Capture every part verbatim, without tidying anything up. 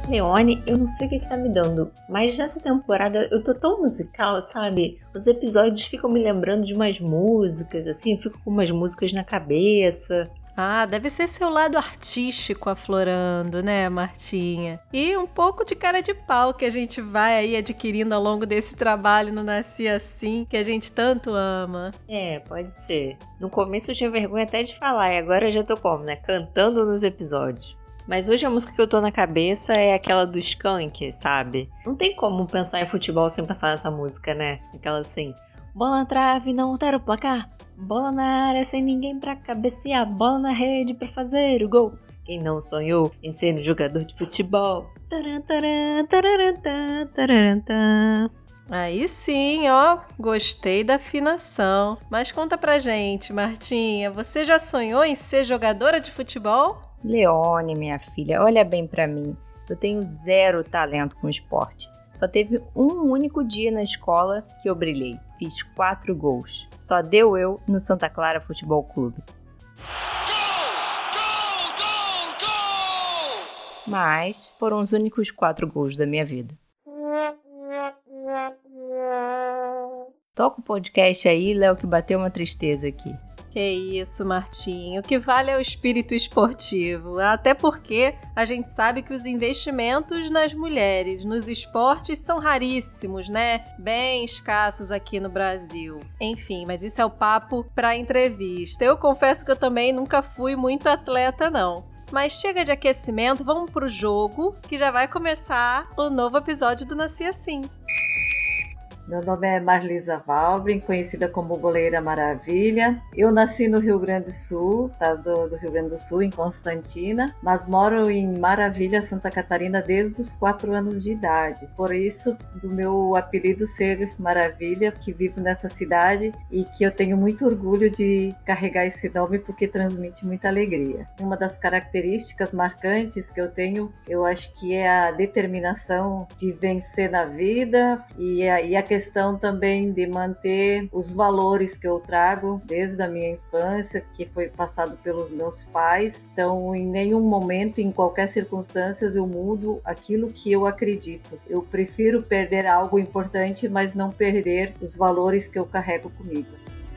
Leone, eu não sei o que, que tá me dando, mas nessa temporada eu tô tão musical, sabe? Os episódios ficam me lembrando de umas músicas, assim, eu fico com umas músicas na cabeça. Ah, deve ser seu lado artístico aflorando, né, Martinha? E um pouco de cara de pau que a gente vai aí adquirindo ao longo desse trabalho no Nasci Assim, que a gente tanto ama. É, pode ser. No começo eu tinha vergonha até de falar, e agora eu já tô como, né? Cantando nos episódios. Mas hoje a música que eu tô na cabeça é aquela do Skank, sabe? Não tem como pensar em futebol sem pensar nessa música, né? Aquela assim, bola na trave, não altera o placar. Bola na área sem ninguém pra cabecear. Bola na rede pra fazer o gol. Quem não sonhou em ser um jogador de futebol? Taran, taran, tararan, tararan. Aí sim, ó, gostei da afinação. Mas conta pra gente, Martinha, você já sonhou em ser jogadora de futebol? Leone, minha filha, olha bem pra mim. Eu tenho zero talento com esporte. Só teve um único dia na escola que eu brilhei. Fiz quatro gols. Só deu eu no Santa Clara Futebol Clube. Gol! Gol! Gol! Gol! Mas foram os únicos quatro gols da minha vida. Toca o podcast aí, Léo, que bateu uma tristeza aqui. Que isso, Martinho. O que vale é o espírito esportivo. Até porque a gente sabe que os investimentos nas mulheres, nos esportes, são raríssimos, né? Bem escassos aqui no Brasil. Enfim, mas isso é o papo pra entrevista. Eu confesso que eu também nunca fui muito atleta, não. Mas chega de aquecimento, vamos pro jogo, que já vai começar o novo episódio do Nasci Assim. Meu nome é Marlisa Valbrin, conhecida como Goleira Maravilha. Eu nasci no Rio Grande do Sul, tá, do, do Rio Grande do Sul, em Constantina, mas moro em Maravilha, Santa Catarina, desde os quatro anos de idade. Por isso, do meu apelido ser Maravilha, que vivo nessa cidade e que eu tenho muito orgulho de carregar esse nome porque transmite muita alegria. Uma das características marcantes que eu tenho, eu acho que é a determinação de vencer na vida e a, e a questão questão também de manter os valores que eu trago desde a minha infância, que foi passado pelos meus pais. Então, em nenhum momento, em qualquer circunstância, eu mudo aquilo que eu acredito. Eu prefiro perder algo importante, mas não perder os valores que eu carrego comigo.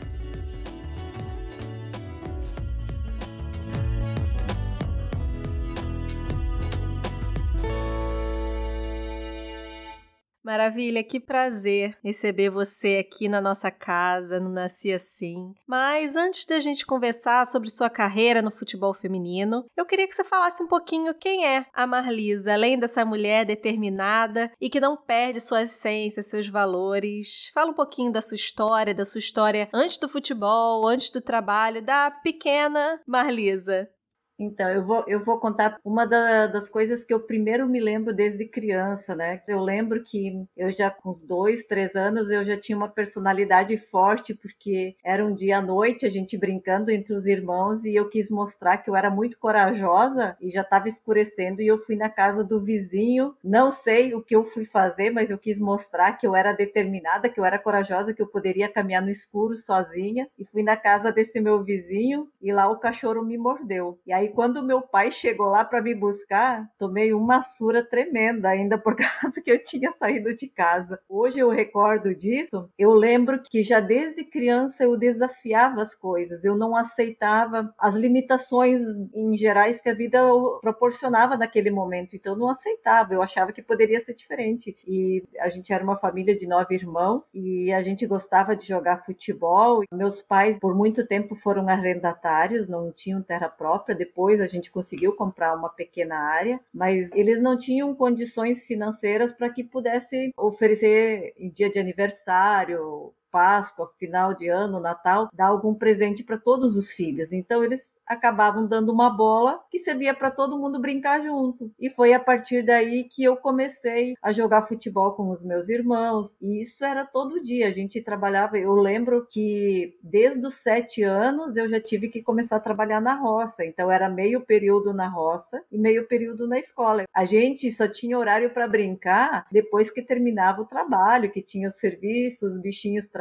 Maravilha, que prazer receber você aqui na nossa casa, no Nasci Assim. Mas antes da gente conversar sobre sua carreira no futebol feminino, eu queria que você falasse um pouquinho quem é a Marlisa, além dessa mulher determinada e que não perde sua essência, seus valores. Fala um pouquinho da sua história, da sua história antes do futebol, antes do trabalho, da pequena Marlisa. Então, eu vou, eu vou contar uma da, das coisas que eu primeiro me lembro desde criança, né? Eu lembro que eu já com uns dois, três anos, eu já tinha uma personalidade forte, porque era um dia à noite, a gente brincando entre os irmãos, e eu quis mostrar que eu era muito corajosa, e já estava escurecendo, e eu fui na casa do vizinho. Não sei o que eu fui fazer, mas eu quis mostrar que eu era determinada, que eu era corajosa, que eu poderia caminhar no escuro sozinha, e fui na casa desse meu vizinho, e lá o cachorro me mordeu. E aí, quando meu pai chegou lá para me buscar, tomei uma surra tremenda ainda por causa que eu tinha saído de casa. Hoje eu recordo disso, eu lembro que já desde criança eu desafiava as coisas, eu não aceitava as limitações em gerais que a vida proporcionava naquele momento, então eu não aceitava, eu achava que poderia ser diferente. E a gente era uma família de nove irmãos e a gente gostava de jogar futebol. Meus pais por muito tempo foram arrendatários, não tinham terra própria. Depois a gente conseguiu comprar uma pequena área, mas eles não tinham condições financeiras para que pudesse oferecer em dia de aniversário, Páscoa, final de ano, Natal, dar algum presente para todos os filhos. Então eles acabavam dando uma bola que servia para todo mundo brincar junto. E foi a partir daí que eu comecei a jogar futebol com os meus irmãos. E isso era todo dia. A gente trabalhava. Eu lembro que desde os sete anos eu já tive que começar a trabalhar na roça. Então era meio período na roça e meio período na escola. A gente só tinha horário para brincar depois que terminava o trabalho, que tinha os serviços, os bichinhos trabalhando.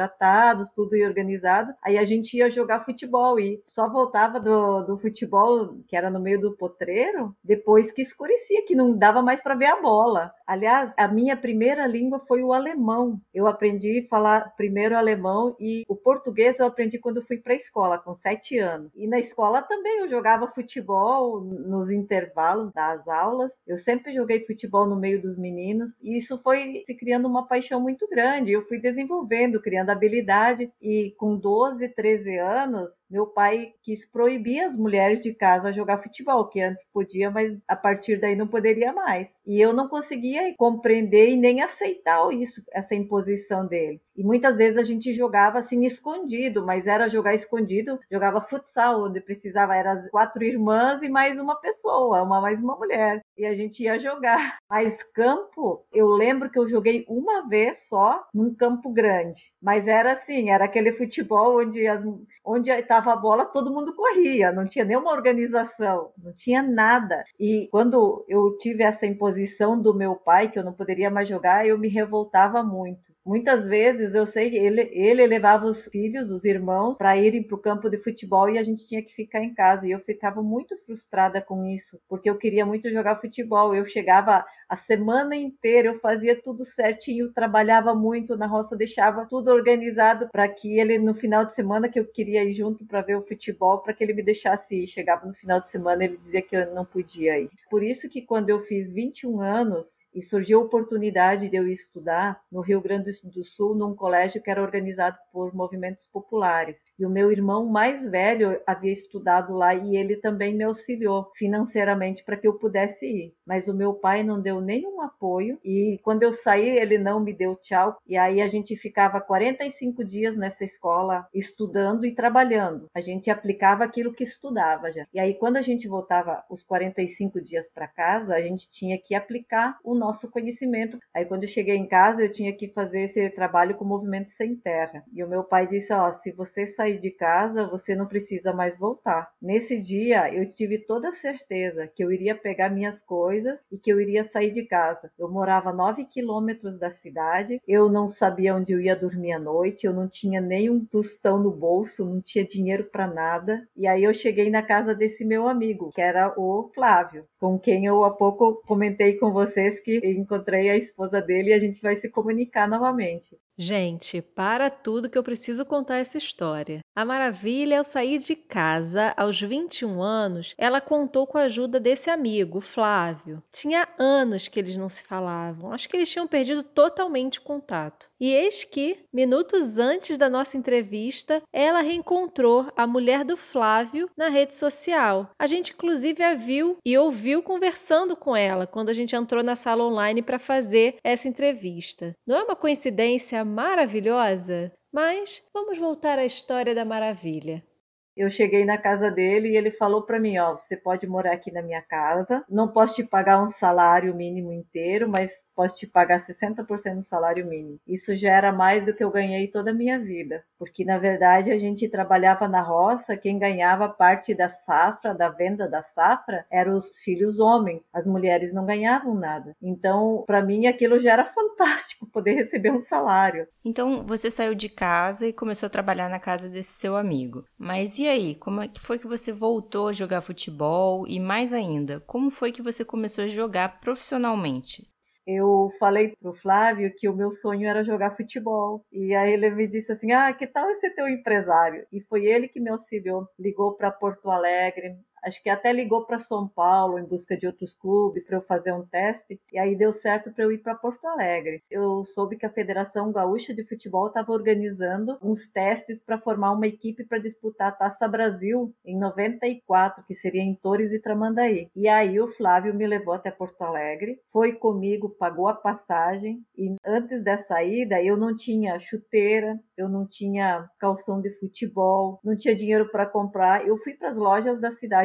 tratados, tudo organizado. Aí a gente ia jogar futebol e só voltava do, do futebol, que era no meio do potreiro, depois que escurecia, que não dava mais para ver a bola. Aliás, a minha primeira língua foi o alemão. Eu aprendi a falar primeiro alemão e o português eu aprendi quando fui para a escola, com sete anos. E na escola também eu jogava futebol nos intervalos das aulas. Eu sempre joguei futebol no meio dos meninos e isso foi se criando uma paixão muito grande. Eu fui desenvolvendo, criando habilidade e com doze, treze anos, meu pai quis proibir as mulheres de casa jogar futebol, que antes podia, mas a partir daí não poderia mais. E eu não conseguia compreender e nem aceitar isso, essa imposição dele. E muitas vezes a gente jogava assim escondido, mas era jogar escondido, jogava futsal, onde precisava, eram as quatro irmãs e mais uma pessoa, uma mais uma mulher. E a gente ia jogar. Mas campo, eu lembro que eu joguei uma vez só num campo grande. Mas era assim, era aquele futebol onde as, onde estava a bola, todo mundo corria, não tinha nenhuma organização, não tinha nada. E quando eu tive essa imposição do meu pai, que eu não poderia mais jogar, eu me revoltava muito. Muitas vezes eu sei que ele, ele levava os filhos, os irmãos, para irem para o campo de futebol e a gente tinha que ficar em casa. E eu ficava muito frustrada com isso, porque eu queria muito jogar futebol. Eu chegava a semana inteira, eu fazia tudo certinho, trabalhava muito na roça, deixava tudo organizado para que ele, no final de semana, que eu queria ir junto para ver o futebol, para que ele me deixasse ir. Chegava no final de semana, ele dizia que eu não podia ir. Por isso que quando eu fiz vinte e um anos e surgiu a oportunidade de eu estudar no Rio Grande do Sul, num colégio que era organizado por movimentos populares. E o meu irmão mais velho havia estudado lá e ele também me auxiliou financeiramente para que eu pudesse ir. Mas o meu pai não deu nenhum apoio e quando eu saí ele não me deu tchau. E aí a gente ficava quarenta e cinco dias nessa escola estudando e trabalhando. A gente aplicava aquilo que estudava já. E aí quando a gente voltava os quarenta e cinco dias para casa, a gente tinha que aplicar o nosso conhecimento. Aí quando eu cheguei em casa eu tinha que fazer esse trabalho com movimento sem terra. E o meu pai disse, ó, se você sair de casa, você não precisa mais voltar. Nesse dia, eu tive toda a certeza que eu iria pegar minhas coisas e que eu iria sair de casa. Eu morava a nove quilômetros da cidade, eu não sabia onde eu ia dormir à noite, eu não tinha nem um tostão no bolso, não tinha dinheiro para nada. E aí eu cheguei na casa desse meu amigo, que era o Flávio, com quem eu há pouco comentei com vocês que encontrei a esposa dele e a gente vai se comunicar novamente. Gente, para tudo que eu preciso contar essa história. A Maravilha, ao sair de casa, aos vinte e um anos, ela contou com a ajuda desse amigo, Flávio. Tinha anos que eles não se falavam, acho que eles tinham perdido totalmente o contato. E eis que, minutos antes da nossa entrevista, ela reencontrou a mulher do Flávio na rede social. A gente, inclusive, a viu e ouviu conversando com ela quando a gente entrou na sala online para fazer essa entrevista. Não é uma coincidência maravilhosa? Mas vamos voltar à história da Maravilha. Eu cheguei na casa dele e ele falou para mim, ó, você pode morar aqui na minha casa, não posso te pagar um salário mínimo inteiro, mas posso te pagar sessenta por cento do salário mínimo. Isso já era mais do que eu ganhei toda a minha vida, porque na verdade a gente trabalhava na roça, quem ganhava parte da safra, da venda da safra, eram os filhos homens, as mulheres não ganhavam nada. Então, para mim aquilo já era fantástico, poder receber um salário. Então, você saiu de casa e começou a trabalhar na casa desse seu amigo. Mas e aí, como é que foi que você voltou a jogar futebol? E mais ainda, como foi que você começou a jogar profissionalmente? Eu falei pro Flávio que o meu sonho era jogar futebol. E aí ele me disse assim, ah, que tal esse teu empresário? E foi ele que me auxiliou. Ligou para Porto Alegre, acho que até ligou para São Paulo em busca de outros clubes para eu fazer um teste. E aí deu certo para eu ir para Porto Alegre. Eu soube que a Federação Gaúcha de Futebol estava organizando uns testes para formar uma equipe para disputar a Taça Brasil em noventa e quatro, que seria em Torres e Tramandaí. E aí o Flávio me levou até Porto Alegre, foi comigo, pagou a passagem. E antes dessa ida eu não tinha chuteira, eu não tinha calção de futebol, não tinha dinheiro para comprar. Eu fui para as lojas da cidade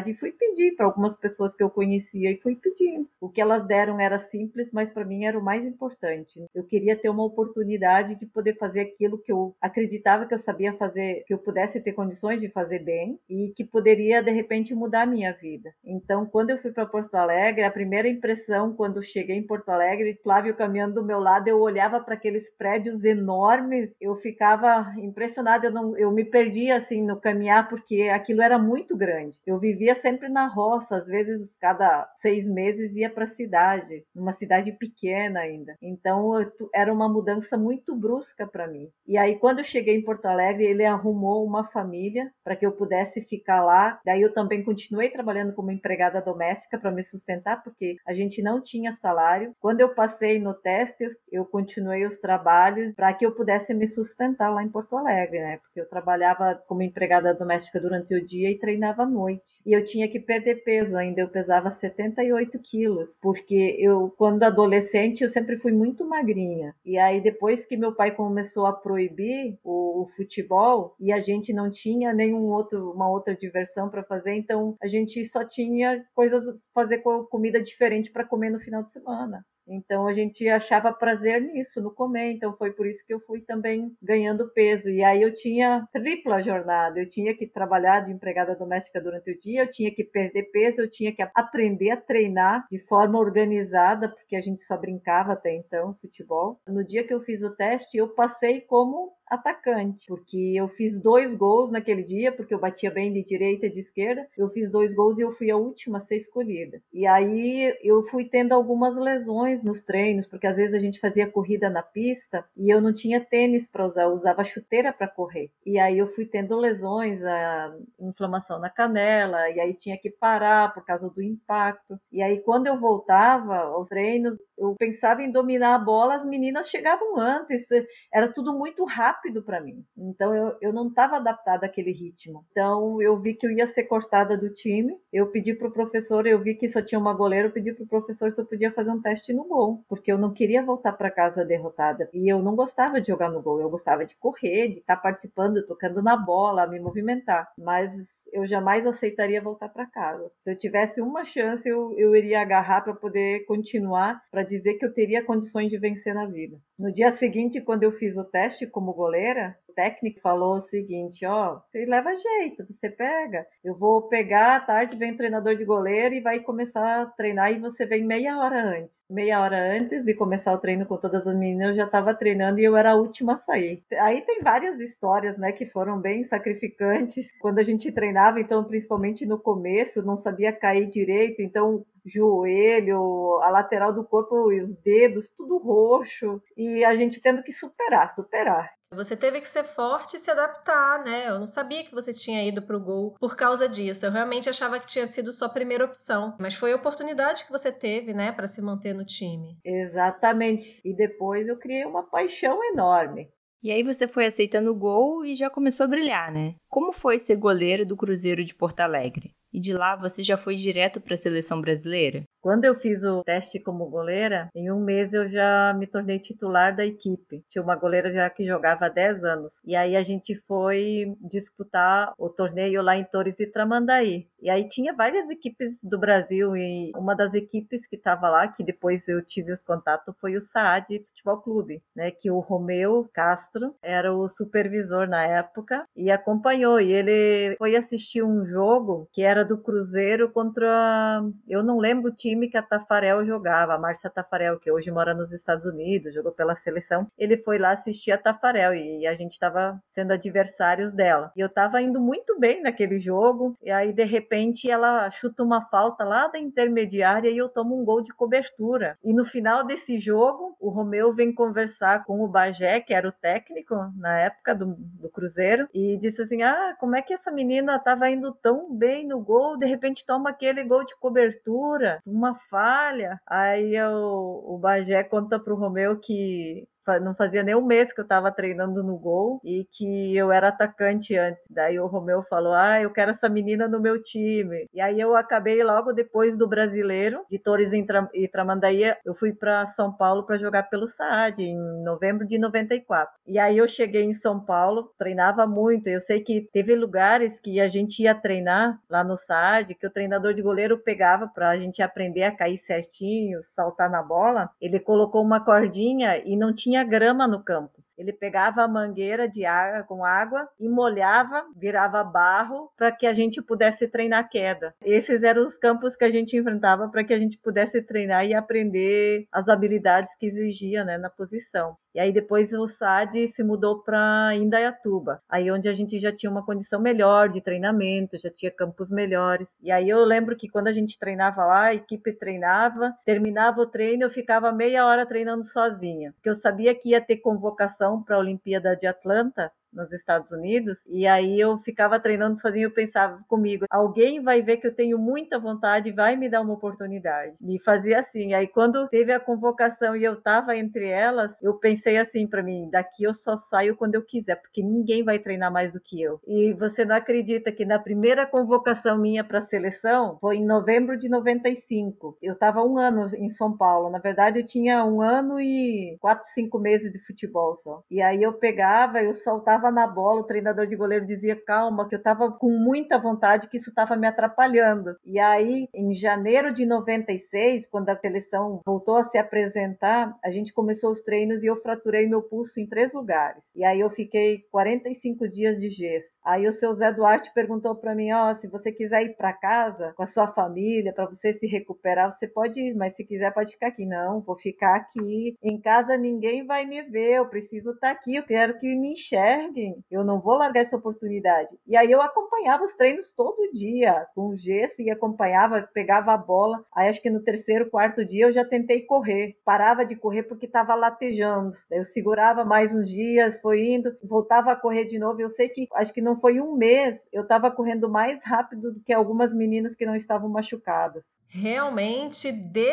oportunidade e fui pedir para algumas pessoas que eu conhecia e fui pedindo. O que elas deram era simples, mas para mim era o mais importante. Eu queria ter uma oportunidade de poder fazer aquilo que eu acreditava que eu sabia fazer, que eu pudesse ter condições de fazer bem e que poderia, de repente, mudar a minha vida. Então, quando eu fui para Porto Alegre, a primeira impressão, quando cheguei em Porto Alegre, Flávio caminhando do meu lado, eu olhava para aqueles prédios enormes, eu ficava impressionada, eu, não, eu me perdia assim no caminhar, porque aquilo era muito grande. Eu vivia sempre na roça, às vezes cada seis meses ia para a cidade, numa cidade pequena ainda. Então, eu, era uma mudança muito brusca para mim. E aí, quando eu cheguei em Porto Alegre, ele arrumou uma família para que eu pudesse ficar lá. Daí eu também continuei trabalhando como empregada doméstica para me sustentar, porque a gente não tinha salário. Quando eu passei no teste, eu continuei os trabalhos para que eu pudesse me sustentar lá em Porto Alegre, né? Porque eu trabalhava como empregada doméstica durante o dia e treinava à noite. E eu tinha que perder peso ainda, eu pesava setenta e oito quilos, porque eu, quando adolescente, eu sempre fui muito magrinha. E aí, depois que meu pai começou a proibir o, o futebol e a gente não tinha nenhum outro, uma outra diversão para fazer, então a gente só tinha coisas, fazer comida diferente para comer no final de semana. Então a gente achava prazer nisso, no comer, então foi por isso que eu fui também ganhando peso. E aí eu tinha tripla jornada, eu tinha que trabalhar de empregada doméstica durante o dia, eu tinha que perder peso, eu tinha que aprender a treinar de forma organizada, porque a gente só brincava até então, futebol. No dia que eu fiz o teste, eu passei como atacante, porque eu fiz dois gols naquele dia, porque eu batia bem de direita e de esquerda, eu fiz dois gols e eu fui a última a ser escolhida. E aí eu fui tendo algumas lesões nos treinos, porque às vezes a gente fazia corrida na pista e eu não tinha tênis para usar, eu usava chuteira para correr. E aí eu fui tendo lesões, a inflamação na canela, e aí tinha que parar por causa do impacto. E aí quando eu voltava aos treinos, eu pensava em dominar a bola, as meninas chegavam antes, era tudo muito rápido para mim. Então eu, eu não estava adaptada àquele ritmo. Então eu vi que eu ia ser cortada do time, eu pedi para o professor, eu vi que só tinha uma goleira, eu pedi para o professor se eu podia fazer um teste no gol, porque eu não queria voltar para casa derrotada. E eu não gostava de jogar no gol, eu gostava de correr, de estar participando, tocando na bola, me movimentar. Mas eu jamais aceitaria voltar para casa. Se eu tivesse uma chance, eu, eu iria agarrar para poder continuar, para dizer que eu teria condições de vencer na vida. No dia seguinte, quando eu fiz o teste como goleira, o técnico falou o seguinte, ó, oh, você leva jeito, você pega. Eu vou pegar, à tarde vem o treinador de goleiro e vai começar a treinar e você vem meia hora antes. Meia hora antes de começar o treino com todas as meninas, eu já estava treinando e eu era a última a sair. Aí tem várias histórias, né, que foram bem sacrificantes. Quando a gente treinava, então, principalmente no começo, não sabia cair direito, então joelho, a lateral do corpo e os dedos, tudo roxo, e a gente tendo que superar, superar. Você teve que ser forte e se adaptar, né? Eu não sabia que você tinha ido pro gol por causa disso. Eu realmente achava que tinha sido sua primeira opção. Mas foi a oportunidade que você teve, né, para se manter no time. Exatamente. E depois eu criei uma paixão enorme. E aí você foi aceitando o gol e já começou a brilhar, né? Como foi ser goleira do Cruzeiro de Porto Alegre? E de lá você já foi direto para a seleção brasileira? Quando eu fiz o teste como goleira, em um mês eu já me tornei titular da equipe. Tinha uma goleira já que jogava há dez anos. E aí a gente foi disputar o torneio lá em Torres e Tramandaí. E aí tinha várias equipes do Brasil e uma das equipes que estava lá, que depois eu tive os contatos, foi o Saad Futebol Clube, né? Que o Romeu Castro era o supervisor na época e acompanhou. E ele foi assistir um jogo que era do Cruzeiro contra... Eu não lembro o time que a Tafarel jogava, a Márcia Tafarel, que hoje mora nos Estados Unidos, jogou pela seleção. Ele foi lá assistir a Tafarel e a gente estava sendo adversários dela. E eu estava indo muito bem naquele jogo, e aí de repente ela chuta uma falta lá da intermediária e eu tomo um gol de cobertura. E no final desse jogo, o Romeu vem conversar com o Bagé, que era o técnico na época do, do Cruzeiro, e disse assim, ah, como é que essa menina estava indo tão bem no gol, de repente toma aquele gol de cobertura, uma falha. Aí eu, o Bagé conta pro Romeu que não fazia nem um mês que eu estava treinando no gol e que eu era atacante antes. Daí o Romeu falou, ah, eu quero essa menina no meu time. E aí eu acabei logo depois do Brasileiro, de Torres e Tramandaí, eu fui para São Paulo para jogar pelo Saad em novembro de noventa e quatro. E aí eu cheguei em São Paulo, treinava muito. Eu sei que teve lugares que a gente ia treinar lá no Saad, que o treinador de goleiro pegava para a gente aprender a cair certinho, saltar na bola. Ele colocou uma cordinha e não tinha grama no campo. Ele pegava a mangueira de água com água e molhava, virava barro para que a gente pudesse treinar queda. Esses eram os campos que a gente enfrentava para que a gente pudesse treinar e aprender as habilidades que exigia, né, na posição. E aí depois o Saad se mudou para Indaiatuba, aí onde a gente já tinha uma condição melhor de treinamento, já tinha campos melhores. E aí eu lembro que quando a gente treinava lá, a equipe treinava, terminava o treino, eu ficava meia hora treinando sozinha, porque eu sabia que ia ter convocação para a Olimpíada de Atlanta, nos Estados Unidos, e aí eu ficava treinando sozinho, eu pensava comigo, alguém vai ver que eu tenho muita vontade e vai me dar uma oportunidade. E fazia assim, aí quando teve a convocação e eu estava entre elas, eu pensei assim para mim, daqui eu só saio quando eu quiser, porque ninguém vai treinar mais do que eu. E você não acredita que na primeira convocação minha para a seleção, foi em novembro de noventa e cinco, eu estava um ano em São Paulo, na verdade eu tinha um ano e quatro, cinco meses de futebol só. E aí eu pegava, eu saltava na bola, o treinador de goleiro dizia calma, que eu estava com muita vontade, que isso estava me atrapalhando. E aí, em janeiro de noventa e seis, quando a seleção voltou a se apresentar, a gente começou os treinos e eu fraturei meu pulso em três lugares. E aí eu fiquei quarenta e cinco dias de gesso. Aí o seu Zé Duarte perguntou para mim, ó, oh, se você quiser ir para casa com a sua família, para você se recuperar, você pode ir, mas se quiser pode ficar aqui. Não, vou ficar aqui. Em casa ninguém vai me ver, eu preciso estar aqui, eu quero que me enxergue. Eu não vou largar essa oportunidade. E aí eu acompanhava os treinos todo dia, com gesso, e acompanhava, pegava a bola. Aí acho que no terceiro, quarto dia eu já tentei correr. Parava de correr porque estava latejando. Daí eu segurava mais uns dias, foi indo, voltava a correr de novo. Eu sei que, acho que não foi um mês, eu estava correndo mais rápido do que algumas meninas que não estavam machucadas. Realmente,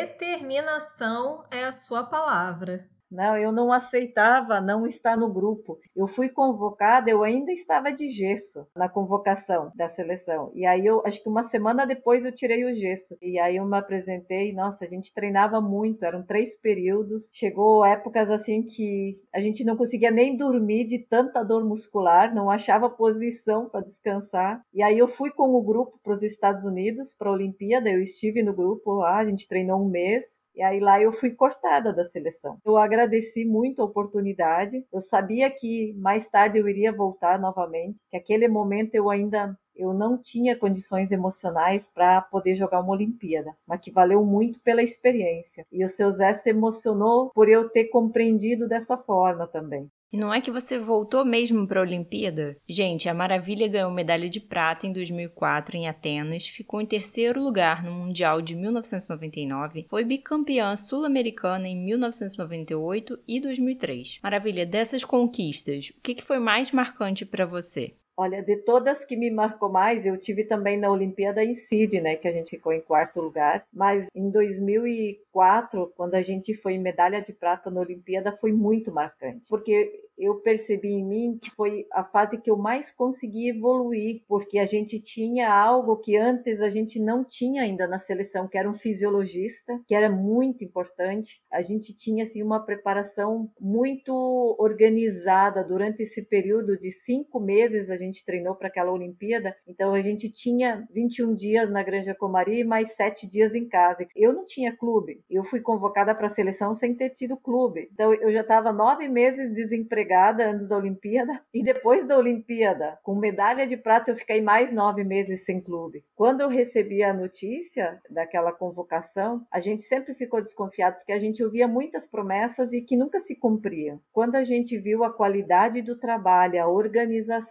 determinação é a sua palavra. Não, eu não aceitava não estar no grupo. Eu fui convocada, eu ainda estava de gesso na convocação da seleção. E aí eu acho que uma semana depois eu tirei o gesso. E aí eu me apresentei, nossa, a gente treinava muito, eram três períodos. Chegou épocas assim que a gente não conseguia nem dormir de tanta dor muscular, não achava posição para descansar. E aí eu fui com o grupo para os Estados Unidos, para a Olimpíada, eu estive no grupo lá, a gente treinou um mês. E aí lá eu fui cortada da seleção. Eu agradeci muito a oportunidade. Eu sabia que mais tarde eu iria voltar novamente, que aquele momento eu ainda eu não tinha condições emocionais para poder jogar uma Olimpíada, mas que valeu muito pela experiência. E o seu Zé se emocionou por eu ter compreendido dessa forma também. E não é que você voltou mesmo para a Olimpíada? Gente, a Maravilha ganhou medalha de prata em dois mil e quatro em Atenas, ficou em terceiro lugar no Mundial de mil novecentos e noventa e nove, foi bicampeã sul-americana em mil novecentos e noventa e oito e dois mil e três. Maravilha, dessas conquistas, o que foi mais marcante para você? Olha, de todas que me marcou mais, eu tive também na Olimpíada em Sydney, né, que a gente ficou em quarto lugar, mas em dois mil e quatro, quando a gente foi em medalha de prata na Olimpíada, foi muito marcante, porque eu percebi em mim que foi a fase que eu mais consegui evoluir, porque a gente tinha algo que antes a gente não tinha ainda na seleção, que era um fisiologista, que era muito importante. A gente tinha assim uma preparação muito organizada durante esse período de cinco meses, a gente treinou para aquela Olimpíada, então a gente tinha vinte e um dias na Granja Comari e mais sete dias em casa. Eu não tinha clube, eu fui convocada para a seleção sem ter tido clube, então eu já estava nove meses desempregada antes da Olimpíada, e depois da Olimpíada, com medalha de prata, eu fiquei mais nove meses sem clube. Quando eu recebi a notícia daquela convocação, a gente sempre ficou desconfiado, porque a gente ouvia muitas promessas e que nunca se cumpriam. Quando a gente viu a qualidade do trabalho, a organização,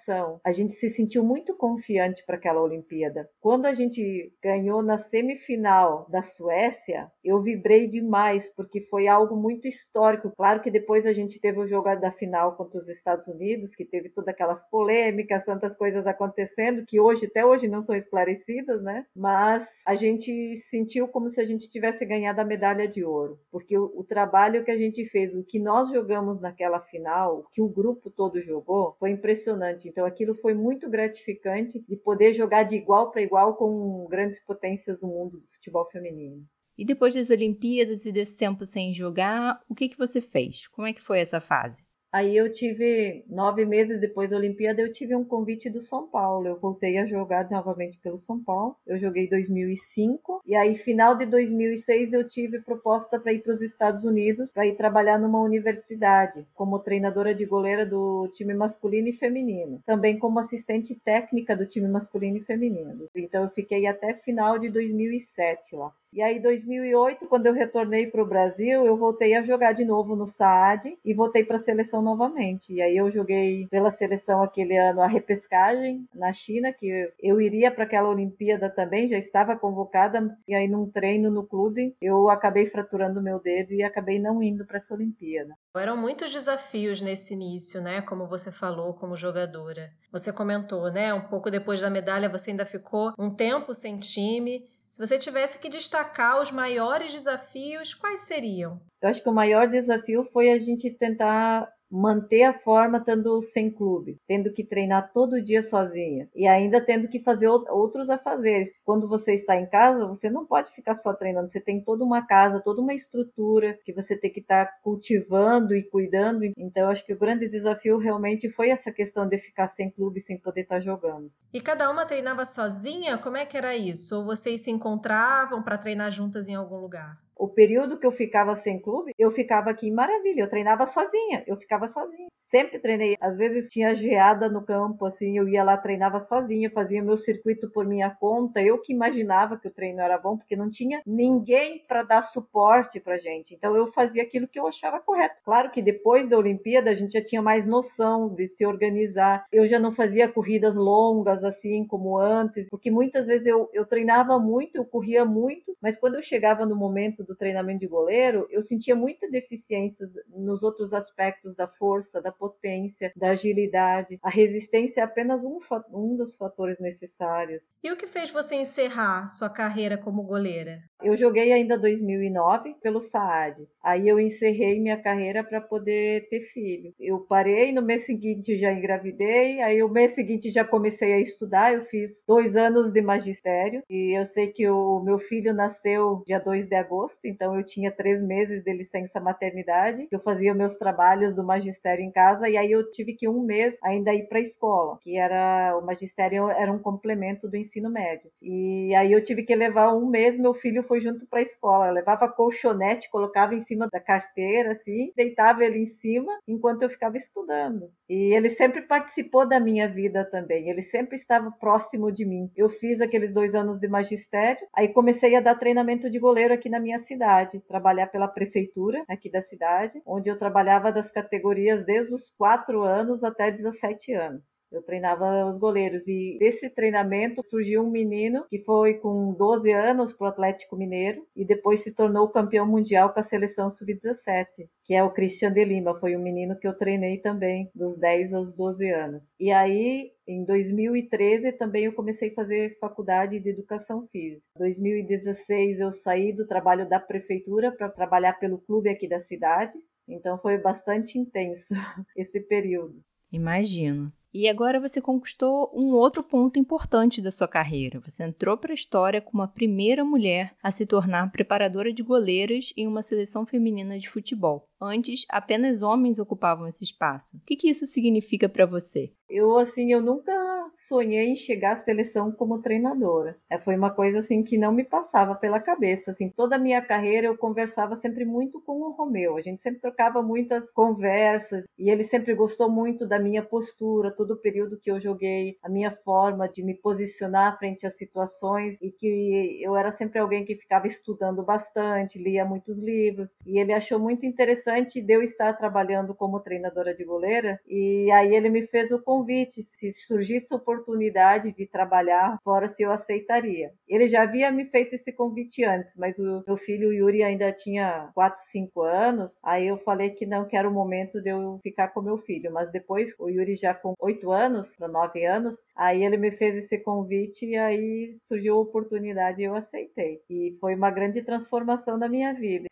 a gente se sentiu muito confiante para aquela Olimpíada. Quando a gente ganhou na semifinal da Suécia, eu vibrei demais, porque foi algo muito histórico. Claro que depois a gente teve o jogo da final contra os Estados Unidos, que teve todas aquelas polêmicas, tantas coisas acontecendo, que hoje, até hoje, não são esclarecidas, né? Mas a gente sentiu como se a gente tivesse ganhado a medalha de ouro, porque o, o trabalho que a gente fez, o que nós jogamos naquela final, o que o grupo todo jogou, foi impressionante. Então aquilo foi muito gratificante de poder jogar de igual para igual com grandes potências do mundo do futebol feminino. E depois das Olimpíadas e desse tempo sem jogar, o que, que você fez? Como é que foi essa fase? Aí eu tive, nove meses depois da Olimpíada, eu tive um convite do São Paulo. Eu voltei a jogar novamente pelo São Paulo. Eu joguei em dois mil e cinco. E aí, final de dois mil e seis, eu tive proposta para ir para os Estados Unidos, para ir trabalhar numa universidade, como treinadora de goleira do time masculino e feminino. Também como assistente técnica do time masculino e feminino. Então, eu fiquei até final de dois mil e sete lá. E aí, em dois mil e oito, quando eu retornei para o Brasil, eu voltei a jogar de novo no Saad e voltei para a seleção novamente. E aí eu joguei pela seleção aquele ano a repescagem na China, que eu iria para aquela Olimpíada também, já estava convocada. E aí, num treino no clube, eu acabei fraturando meu dedo e acabei não indo para essa Olimpíada. Eram muitos desafios nesse início, né? Como você falou, como jogadora. Você comentou, né? Um pouco depois da medalha, você ainda ficou um tempo sem time. Se você tivesse que destacar os maiores desafios, quais seriam? Eu acho que o maior desafio foi a gente tentar manter a forma estando sem clube, tendo que treinar todo dia sozinha e ainda tendo que fazer outros afazeres. Quando você está em casa, você não pode ficar só treinando, você tem toda uma casa, toda uma estrutura que você tem que estar cultivando e cuidando. Então, eu acho que o grande desafio realmente foi essa questão de ficar sem clube, sem poder estar jogando. E cada uma treinava sozinha? Como é que era isso? Ou vocês se encontravam para treinar juntas em algum lugar? O período que eu ficava sem clube, eu ficava aqui em Maravilha, eu treinava sozinha, eu ficava sozinha. Sempre treinei, às vezes tinha geada no campo, assim, eu ia lá, treinava sozinha, fazia meu circuito por minha conta, eu que imaginava que o treino era bom, porque não tinha ninguém para dar suporte pra gente, então eu fazia aquilo que eu achava correto. Claro que depois da Olimpíada a gente já tinha mais noção de se organizar, eu já não fazia corridas longas assim como antes, porque muitas vezes eu, eu treinava muito, eu corria muito, mas quando eu chegava no momento do treinamento de goleiro, eu sentia muita deficiência nos outros aspectos da força, da potência, da agilidade. A resistência é apenas um, um dos fatores necessários. E o que fez você encerrar sua carreira como goleira? Eu joguei ainda dois mil e nove pelo Saad. Aí eu encerrei minha carreira para poder ter filho. Eu parei, no mês seguinte já engravidei, aí o mês seguinte já comecei a estudar, eu fiz dois anos de magistério, e eu sei que o meu filho nasceu dia dois de agosto, então eu tinha três meses de licença maternidade, eu fazia meus trabalhos do magistério em casa, e aí eu tive que um mês ainda ir para a escola, que era, o magistério era um complemento do ensino médio. E aí eu tive que levar um mês, meu filho foi junto para a escola, eu levava colchonete, colocava em cima da carteira, assim, deitava ele em cima, enquanto eu ficava estudando. E ele sempre participou da minha vida também, ele sempre estava próximo de mim. Eu fiz aqueles dois anos de magistério, aí comecei a dar treinamento de goleiro aqui na minha cidade, trabalhar pela prefeitura aqui da cidade, onde eu trabalhava das categorias desde os quatro anos até dezessete anos. Eu treinava os goleiros e desse treinamento surgiu um menino que foi com doze anos para o Atlético Mineiro e depois se tornou campeão mundial com a seleção sub dezessete, que é o Christian de Lima. Foi um menino que eu treinei também dos dez aos doze anos. E aí, em dois mil e treze, também eu comecei a fazer faculdade de educação física. Em dois mil e dezesseis, eu saí do trabalho da prefeitura para trabalhar pelo clube aqui da cidade. Então foi bastante intenso esse período. Imagino. E agora você conquistou um outro ponto importante da sua carreira. Você entrou para a história como a primeira mulher a se tornar preparadora de goleiras em uma seleção feminina de futebol. Antes, apenas homens ocupavam esse espaço. O que, que isso significa para você? Eu, assim, eu nunca sonhei em chegar à seleção como treinadora. É, foi uma coisa, assim, que não me passava pela cabeça. Assim, toda a minha carreira eu conversava sempre muito com o Romeu. A gente sempre trocava muitas conversas e ele sempre gostou muito da minha postura, todo o período que eu joguei, a minha forma de me posicionar frente às situações, e que eu era sempre alguém que ficava estudando bastante, lia muitos livros, e ele achou muito interessante interessante de eu estar trabalhando como treinadora de goleira, e aí ele me fez o convite, se surgisse oportunidade de trabalhar fora, se eu aceitaria. Ele já havia me feito esse convite antes, mas o meu filho o Yuri ainda tinha quatro, cinco anos, aí eu falei que não, que era o momento de eu ficar com meu filho, mas depois o Yuri já com oito anos, para nove anos, aí ele me fez esse convite e aí surgiu a oportunidade e eu aceitei. E foi uma grande transformação da minha vida.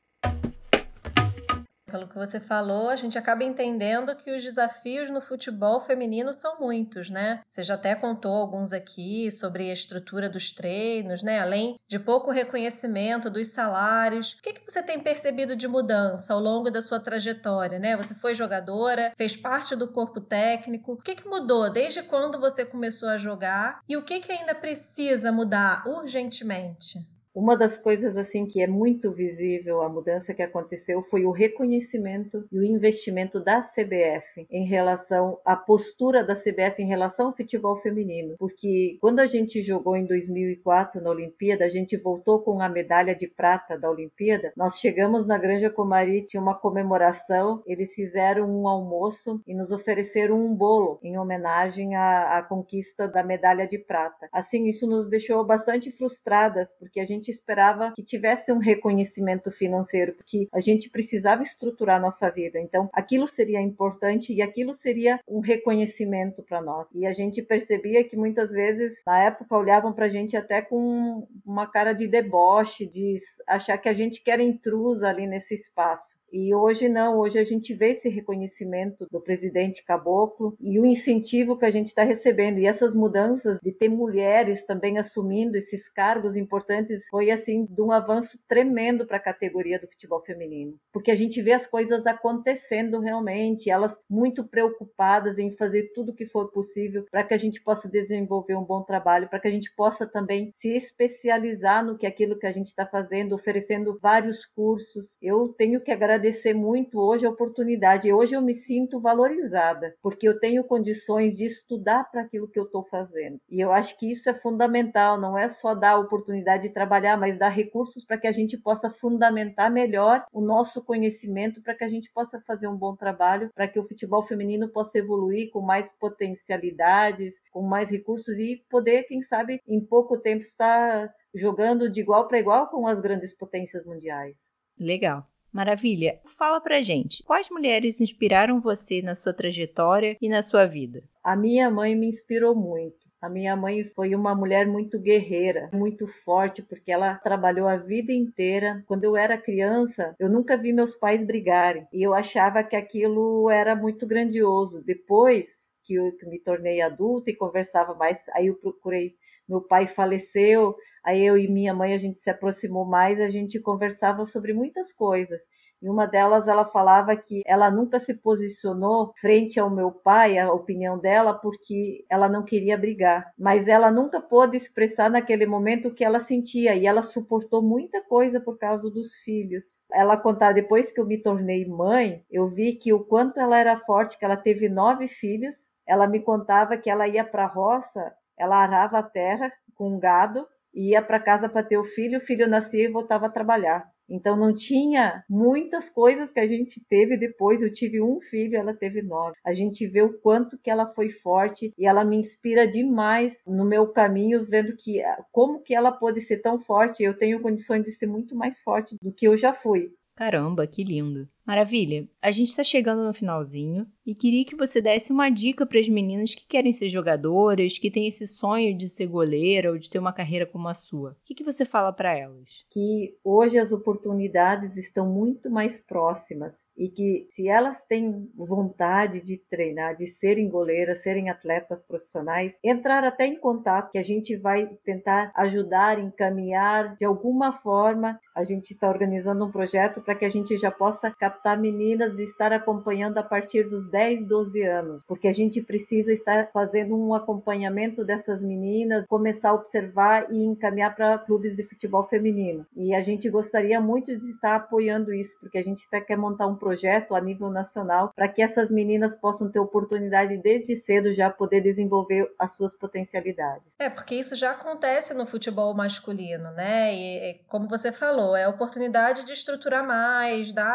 Pelo que você falou, a gente acaba entendendo que os desafios no futebol feminino são muitos, né? Você já até contou alguns aqui sobre a estrutura dos treinos, né? Além de pouco reconhecimento dos salários. O que, que você tem percebido de mudança ao longo da sua trajetória, né? Você foi jogadora, fez parte do corpo técnico. O que, que mudou desde quando você começou a jogar? E o que, que ainda precisa mudar urgentemente? Uma das coisas assim que é muito visível a mudança que aconteceu foi o reconhecimento e o investimento da C B F em relação à postura da C B F em relação ao futebol feminino, porque quando a gente jogou em dois mil e quatro na Olimpíada, a gente voltou com a medalha de prata da Olimpíada, nós chegamos na Granja Comari, tinha uma comemoração, eles fizeram um almoço e nos ofereceram um bolo em homenagem à, à conquista da medalha de prata. Assim, isso nos deixou bastante frustradas, porque a gente esperava que tivesse um reconhecimento financeiro, porque a gente precisava estruturar nossa vida. Então, aquilo seria importante e aquilo seria um reconhecimento para nós. E a gente percebia que muitas vezes, na época, olhavam para a gente até com uma cara de deboche, de achar que a gente que era intrusa ali nesse espaço. E hoje não, hoje a gente vê esse reconhecimento do presidente Caboclo e o incentivo que a gente está recebendo. E essas mudanças de ter mulheres também assumindo esses cargos importantes foi assim de um avanço tremendo para a categoria do futebol feminino. Porque a gente vê as coisas acontecendo realmente, elas muito preocupadas em fazer tudo o que for possível para que a gente possa desenvolver um bom trabalho, para que a gente possa também se especializar no que aquilo que a gente está fazendo, oferecendo vários cursos. Eu tenho que agradecer agradecer muito hoje a oportunidade. Hoje eu me sinto valorizada, porque eu tenho condições de estudar para aquilo que eu estou fazendo. E eu acho que isso é fundamental, não é só dar a oportunidade de trabalhar, mas dar recursos para que a gente possa fundamentar melhor o nosso conhecimento, para que a gente possa fazer um bom trabalho, para que o futebol feminino possa evoluir com mais potencialidades, com mais recursos e poder, quem sabe, em pouco tempo estar jogando de igual para igual com as grandes potências mundiais. Legal. Maravilha. Fala pra gente, quais mulheres inspiraram você na sua trajetória e na sua vida? A minha mãe me inspirou muito. A minha mãe foi uma mulher muito guerreira, muito forte, porque ela trabalhou a vida inteira. Quando eu era criança, eu nunca vi meus pais brigarem. E eu achava que aquilo era muito grandioso. Depois que eu que me tornei adulta e conversava mais, aí eu procurei, meu pai faleceu, aí eu e minha mãe, a gente se aproximou mais, a gente conversava sobre muitas coisas. E uma delas, ela falava que ela nunca se posicionou frente ao meu pai, a opinião dela, porque ela não queria brigar. Mas ela nunca pôde expressar naquele momento o que ela sentia, e ela suportou muita coisa por causa dos filhos. Ela contava, depois que eu me tornei mãe, eu vi que o quanto ela era forte, que ela teve nove filhos. Ela me contava que ela ia para a roça, ela arava a terra com um gado, ia para casa para ter o filho, o filho nascia e voltava a trabalhar. Então não tinha muitas coisas que a gente teve depois. Eu tive um filho, ela teve nove. A gente vê o quanto que ela foi forte e ela me inspira demais no meu caminho, vendo que como que ela pôde ser tão forte. Eu tenho condições de ser muito mais forte do que eu já fui. Caramba, que lindo. Maravilha, a gente está chegando no finalzinho e queria que você desse uma dica para as meninas que querem ser jogadoras, que têm esse sonho de ser goleira ou de ter uma carreira como a sua. O que, que você fala para elas? Que hoje as oportunidades estão muito mais próximas e que se elas têm vontade de treinar, de serem goleiras, serem atletas profissionais, entrar até em contato, que a gente vai tentar ajudar, encaminhar de alguma forma. A gente está organizando um projeto para que a gente já possa captar meninas e estar acompanhando a partir dos dez, doze anos, porque a gente precisa estar fazendo um acompanhamento dessas meninas, começar a observar e encaminhar para clubes de futebol feminino. E a gente gostaria muito de estar apoiando isso, porque a gente até quer montar um projeto a nível nacional para que essas meninas possam ter oportunidade desde cedo já poder desenvolver as suas potencialidades. É, porque isso já acontece no futebol masculino, né? E como você falou, é a oportunidade de estruturar mais, dar oportunidade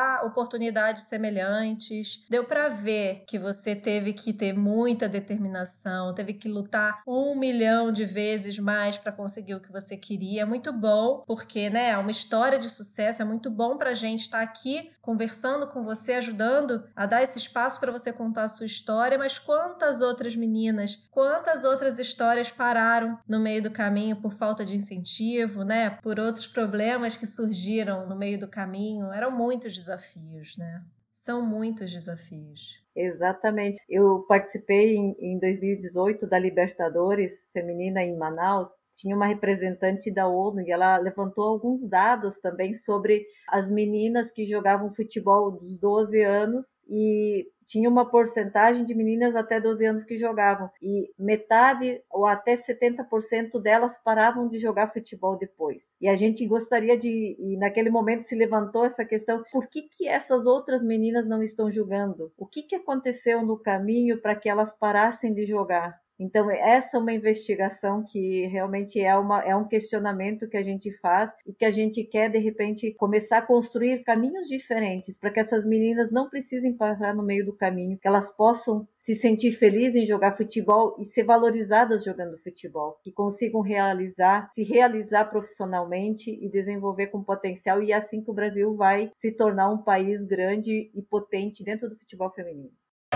oportunidades semelhantes. Deu pra ver que você teve que ter muita determinação, teve que lutar um milhão de vezes mais para conseguir o que você queria. É muito bom, porque, né, é uma história de sucesso, é muito bom pra gente estar aqui conversando com você, ajudando a dar esse espaço para você contar a sua história, mas quantas outras meninas, quantas outras histórias pararam no meio do caminho por falta de incentivo, né, por outros problemas que surgiram no meio do caminho. Eram muitos desafios, né? São muitos desafios. Exatamente. Eu participei em, em dois mil e dezoito da Libertadores Feminina em Manaus. Tinha uma representante da ONU e ela levantou alguns dados também sobre as meninas que jogavam futebol dos doze anos e tinha uma porcentagem de meninas até doze anos que jogavam e metade ou até setenta por cento delas paravam de jogar futebol depois. E a gente gostaria de, e naquele momento se levantou essa questão, por que que essas outras meninas não estão jogando? O que que aconteceu no caminho para que elas parassem de jogar? Então, essa é uma investigação que realmente é, uma, é um questionamento que a gente faz e que a gente quer, de repente, começar a construir caminhos diferentes para que essas meninas não precisem parar no meio do caminho, que elas possam se sentir felizes em jogar futebol e ser valorizadas jogando futebol, que consigam realizar, se realizar profissionalmente e desenvolver com potencial, e é assim que o Brasil vai se tornar um país grande e potente dentro do futebol feminino.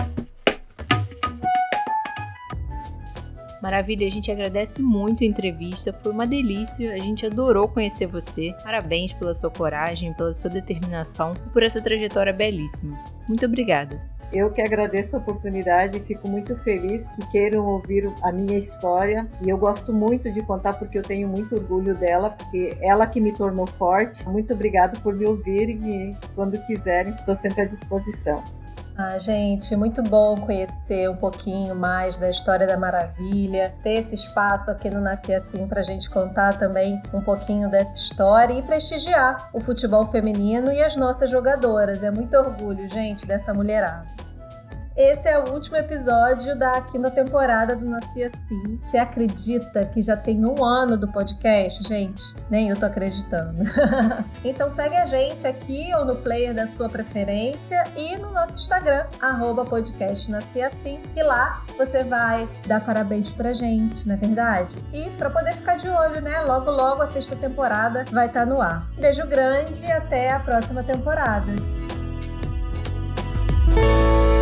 Maravilha, a gente agradece muito a entrevista, foi uma delícia, a gente adorou conhecer você. Parabéns pela sua coragem, pela sua determinação e por essa trajetória belíssima. Muito obrigada. Eu que agradeço a oportunidade, fico muito feliz que queiram ouvir a minha história e eu gosto muito de contar porque eu tenho muito orgulho dela, porque ela que me tornou forte. Muito obrigada por me ouvirem e quando quiserem estou sempre à disposição. Ah, gente, muito bom conhecer um pouquinho mais da história da Maravilha, ter esse espaço aqui no Nasci Assim pra gente contar também um pouquinho dessa história e prestigiar o futebol feminino e as nossas jogadoras. É muito orgulho, gente, dessa mulherada. Esse é o último episódio da quinta temporada do Nasci Assim. Você acredita que já tem um ano do podcast, gente? Nem eu tô acreditando. Então segue a gente aqui ou no player da sua preferência e no nosso Instagram, arroba podcast Nasci Assim, que lá você vai dar parabéns pra gente, não é verdade? E pra poder ficar de olho, né? Logo, logo a sexta temporada vai estar no ar. Beijo grande e até a próxima temporada.